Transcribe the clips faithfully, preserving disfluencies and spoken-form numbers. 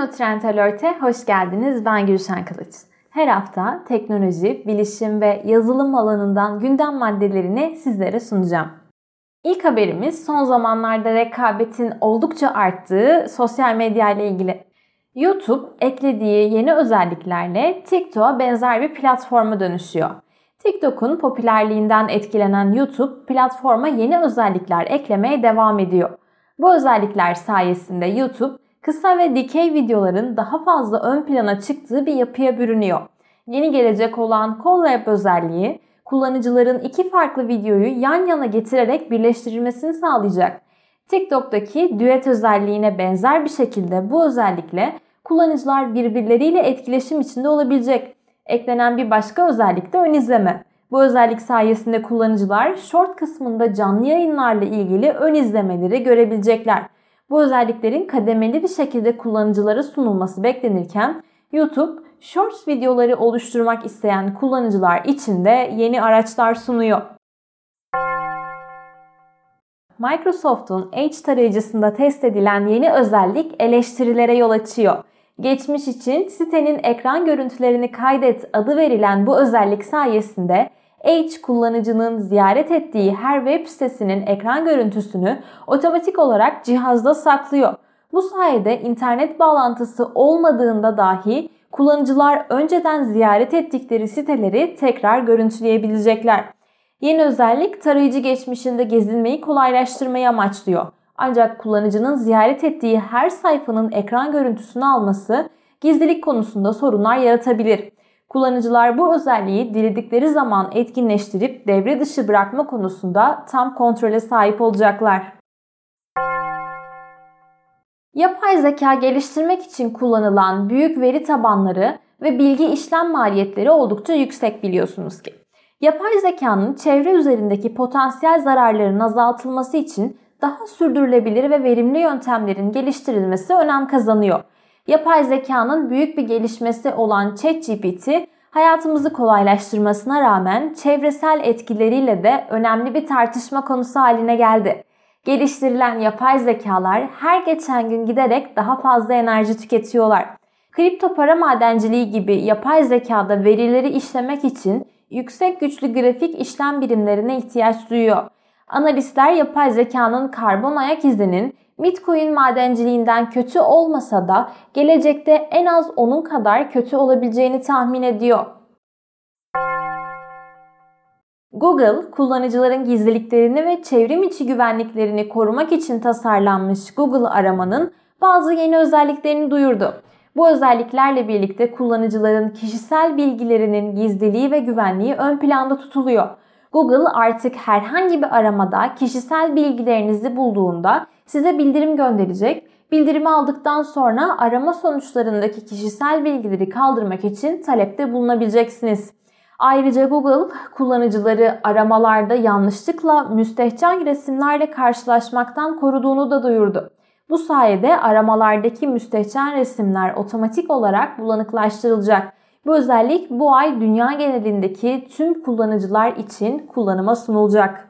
TeknoTrend Alert'e hoş geldiniz. Ben Gülşen Kılıç. Her hafta teknoloji, bilişim ve yazılım alanından gündem maddelerini sizlere sunacağım. İlk haberimiz son zamanlarda rekabetin oldukça arttığı sosyal medya ile ilgili. YouTube eklediği yeni özelliklerle TikTok'a benzer bir platforma dönüşüyor. TikTok'un popülerliğinden etkilenen YouTube platforma yeni özellikler eklemeye devam ediyor. Bu özellikler sayesinde YouTube kısa ve dikey videoların daha fazla ön plana çıktığı bir yapıya bürünüyor. Yeni gelecek olan Collab özelliği, kullanıcıların iki farklı videoyu yan yana getirerek birleştirilmesini sağlayacak. TikTok'taki düet özelliğine benzer bir şekilde bu özellikle kullanıcılar birbirleriyle etkileşim içinde olabilecek. Eklenen bir başka özellik de ön izleme. Bu özellik sayesinde kullanıcılar short kısmında canlı yayınlarla ilgili ön izlemeleri görebilecekler. Bu özelliklerin kademeli bir şekilde kullanıcılara sunulması beklenirken YouTube, Shorts videoları oluşturmak isteyen kullanıcılar için de yeni araçlar sunuyor. Microsoft'un Edge tarayıcısında test edilen yeni özellik eleştirilere yol açıyor. Geçmiş için sitenin ekran görüntülerini kaydet adı verilen bu özellik sayesinde Edge kullanıcının ziyaret ettiği her web sitesinin ekran görüntüsünü otomatik olarak cihazda saklıyor. Bu sayede internet bağlantısı olmadığında dahi kullanıcılar önceden ziyaret ettikleri siteleri tekrar görüntüleyebilecekler. Yeni özellik tarayıcı geçmişinde gezinmeyi kolaylaştırmayı amaçlıyor. Ancak kullanıcının ziyaret ettiği her sayfanın ekran görüntüsünü alması gizlilik konusunda sorunlar yaratabilir. Kullanıcılar bu özelliği diledikleri zaman etkinleştirip devre dışı bırakma konusunda tam kontrole sahip olacaklar. Yapay zeka geliştirmek için kullanılan büyük veri tabanları ve bilgi işlem maliyetleri oldukça yüksek biliyorsunuz ki. Yapay zekanın çevre üzerindeki potansiyel zararların azaltılması için daha sürdürülebilir ve verimli yöntemlerin geliştirilmesi önem kazanıyor. Yapay zekanın büyük bir gelişmesi olan ChatGPT, hayatımızı kolaylaştırmasına rağmen çevresel etkileriyle de önemli bir tartışma konusu haline geldi. Geliştirilen yapay zekalar her geçen gün giderek daha fazla enerji tüketiyorlar. Kripto para madenciliği gibi yapay zekada verileri işlemek için yüksek güçlü grafik işlem birimlerine ihtiyaç duyuyor. Analistler yapay zekanın karbon ayak izinin Bitcoin madenciliğinden kötü olmasa da gelecekte en az onun kadar kötü olabileceğini tahmin ediyor. Google, kullanıcıların gizliliklerini ve çevrim içi güvenliklerini korumak için tasarlanmış Google aramanın bazı yeni özelliklerini duyurdu. Bu özelliklerle birlikte kullanıcıların kişisel bilgilerinin gizliliği ve güvenliği ön planda tutuluyor. Google artık herhangi bir aramada kişisel bilgilerinizi bulduğunda size bildirim gönderecek. Bildirimi aldıktan sonra arama sonuçlarındaki kişisel bilgileri kaldırmak için talepte bulunabileceksiniz. Ayrıca Google, kullanıcıları aramalarda yanlışlıkla müstehcen resimlerle karşılaşmaktan koruduğunu da duyurdu. Bu sayede aramalardaki müstehcen resimler otomatik olarak bulanıklaştırılacak. Bu özellik bu ay dünya genelindeki tüm kullanıcılar için kullanıma sunulacak.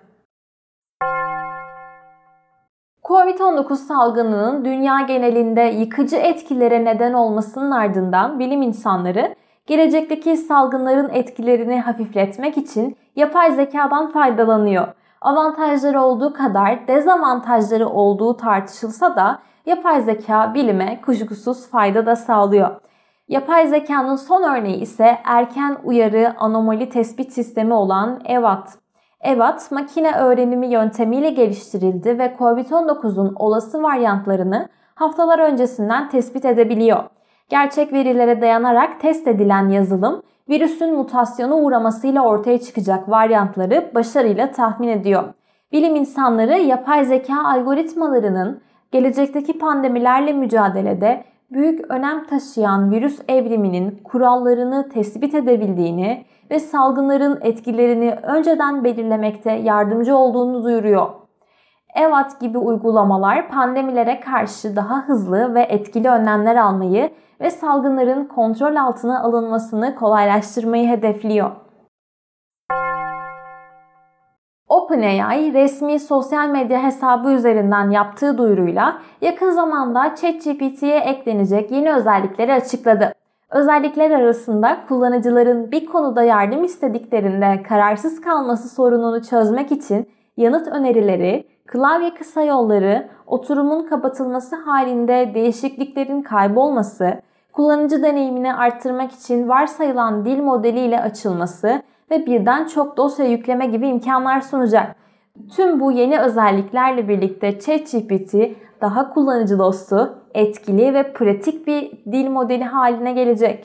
kovid on dokuz salgınının dünya genelinde yıkıcı etkilere neden olmasının ardından bilim insanları gelecekteki salgınların etkilerini hafifletmek için yapay zekadan faydalanıyor. Avantajları olduğu kadar dezavantajları olduğu tartışılsa da yapay zeka bilime kuşkusuz fayda da sağlıyor. Yapay zekanın son örneği ise erken uyarı anomali tespit sistemi olan EVAT. EVAT, makine öğrenimi yöntemiyle geliştirildi ve kovid on dokuzun olası varyantlarını haftalar öncesinden tespit edebiliyor. Gerçek verilere dayanarak test edilen yazılım, virüsün mutasyona uğramasıyla ortaya çıkacak varyantları başarıyla tahmin ediyor. Bilim insanları yapay zeka algoritmalarının gelecekteki pandemilerle mücadelede büyük önem taşıyan virüs evriminin kurallarını tespit edebildiğini ve salgınların etkilerini önceden belirlemekte yardımcı olduğunu duyuruyor. EVAT gibi uygulamalar pandemilere karşı daha hızlı ve etkili önlemler almayı ve salgınların kontrol altına alınmasını kolaylaştırmayı hedefliyor. OpenAI resmi sosyal medya hesabı üzerinden yaptığı duyuruyla yakın zamanda ChatGPT'ye eklenecek yeni özellikleri açıkladı. Özellikler arasında kullanıcıların bir konuda yardım istediklerinde kararsız kalması sorununu çözmek için yanıt önerileri, klavye kısa yolları, oturumun kapatılması halinde değişikliklerin kaybolması, kullanıcı deneyimini arttırmak için varsayılan dil modeliyle açılması ve birden çok dosya yükleme gibi imkanlar sunacak. Tüm bu yeni özelliklerle birlikte ChatGPT daha kullanıcı dostu, etkili ve pratik bir dil modeli haline gelecek.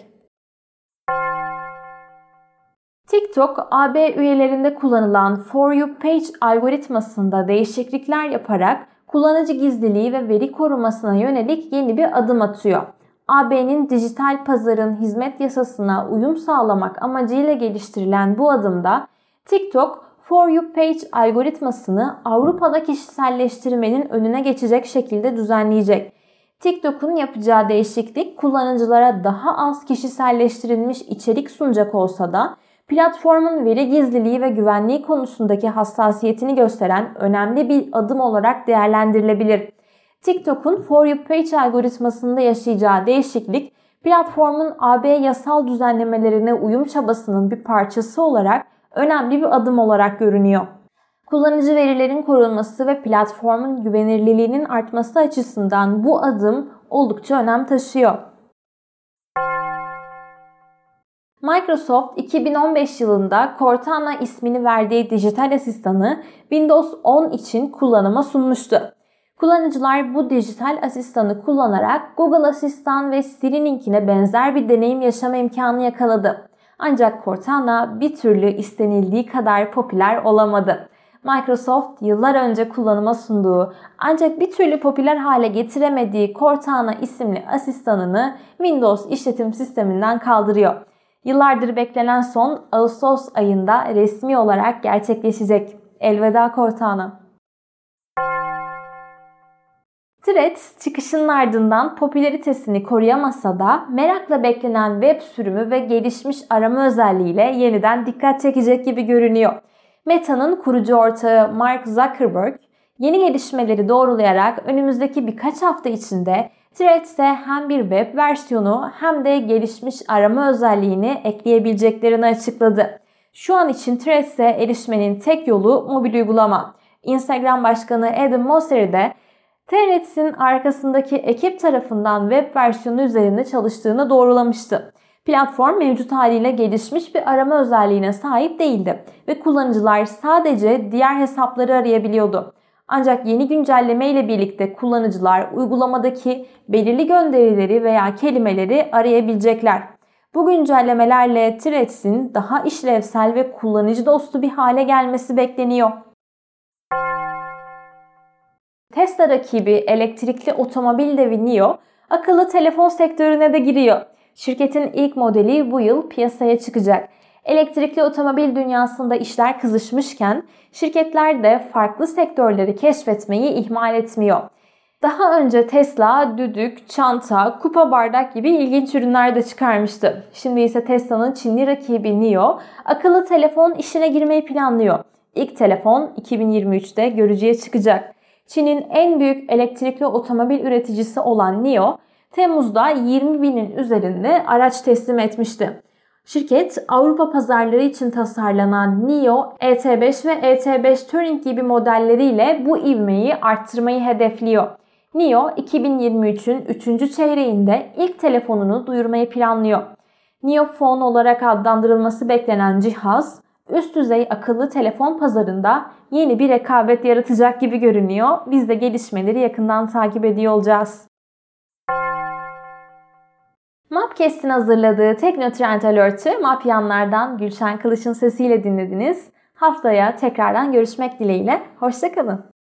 TikTok, A B üyelerinde kullanılan For You Page algoritmasında değişiklikler yaparak kullanıcı gizliliği ve veri korumasına yönelik yeni bir adım atıyor. A B'nin dijital pazarın hizmet yasasına uyum sağlamak amacıyla geliştirilen bu adımda TikTok, For You Page algoritmasını Avrupa'da kişiselleştirmenin önüne geçecek şekilde düzenleyecek. TikTok'un yapacağı değişiklik kullanıcılara daha az kişiselleştirilmiş içerik sunacak olsa da platformun veri gizliliği ve güvenliği konusundaki hassasiyetini gösteren önemli bir adım olarak değerlendirilebilir. TikTok'un For You Page algoritmasında yaşayacağı değişiklik, platformun A B yasal düzenlemelerine uyum çabasının bir parçası olarak önemli bir adım olarak görünüyor. Kullanıcı verilerin korunması ve platformun güvenilirliğinin artması açısından bu adım oldukça önem taşıyor. Microsoft iki bin on beş yılında Cortana ismini verdiği dijital asistanı Windows on için kullanıma sunmuştu. Kullanıcılar bu dijital asistanı kullanarak Google Asistan ve Siri'ninkine benzer bir deneyim yaşama imkanı yakaladı. Ancak Cortana bir türlü istenildiği kadar popüler olamadı. Microsoft yıllar önce kullanıma sunduğu ancak bir türlü popüler hale getiremediği Cortana isimli asistanını Windows işletim sisteminden kaldırıyor. Yıllardır beklenen son Ağustos ayında resmi olarak gerçekleşecek. Elveda Cortana. Threads çıkışının ardından popülaritesini koruyamasa da merakla beklenen web sürümü ve gelişmiş arama özelliğiyle yeniden dikkat çekecek gibi görünüyor. Meta'nın kurucu ortağı Mark Zuckerberg yeni gelişmeleri doğrulayarak önümüzdeki birkaç hafta içinde Threads'e hem bir web versiyonu hem de gelişmiş arama özelliğini ekleyebileceklerini açıkladı. Şu an için Threads'e erişmenin tek yolu mobil uygulama. Instagram Başkanı Adam Mosseri de Threads'in arkasındaki ekip tarafından web versiyonu üzerinde çalıştığını doğrulamıştı. Platform mevcut haliyle gelişmiş bir arama özelliğine sahip değildi ve kullanıcılar sadece diğer hesapları arayabiliyordu. Ancak yeni güncelleme ile birlikte kullanıcılar uygulamadaki belirli gönderileri veya kelimeleri arayabilecekler. Bu güncellemelerle Threads'in daha işlevsel ve kullanıcı dostu bir hale gelmesi bekleniyor. Tesla rakibi elektrikli otomobil devi NIO, akıllı telefon sektörüne de giriyor. Şirketin ilk modeli bu yıl piyasaya çıkacak. Elektrikli otomobil dünyasında işler kızışmışken şirketler de farklı sektörleri keşfetmeyi ihmal etmiyor. Daha önce Tesla, düdük, çanta, kupa bardak gibi ilginç ürünler de çıkarmıştı. Şimdi ise Tesla'nın Çinli rakibi NIO, akıllı telefon işine girmeyi planlıyor. İlk telefon iki bin yirmi üçte görücüye çıkacak. Çin'in en büyük elektrikli otomobil üreticisi olan NIO, Temmuz'da yirmi binin üzerinde araç teslim etmişti. Şirket Avrupa pazarları için tasarlanan NIO, E T beş ve E T beş Touring gibi modelleriyle bu ivmeyi arttırmayı hedefliyor. NIO iki bin yirmi üçün üçüncü çeyreğinde ilk telefonunu duyurmayı planlıyor. NIO Phone olarak adlandırılması beklenen cihaz, üst düzey akıllı telefon pazarında yeni bir rekabet yaratacak gibi görünüyor. Biz de gelişmeleri yakından takip ediyor olacağız. Mapcast'in hazırladığı Teknotrend Alert'ı Mapyanlardan Gülşen Kılıç'ın sesiyle dinlediniz. Haftaya tekrardan görüşmek dileğiyle. Hoşça kalın.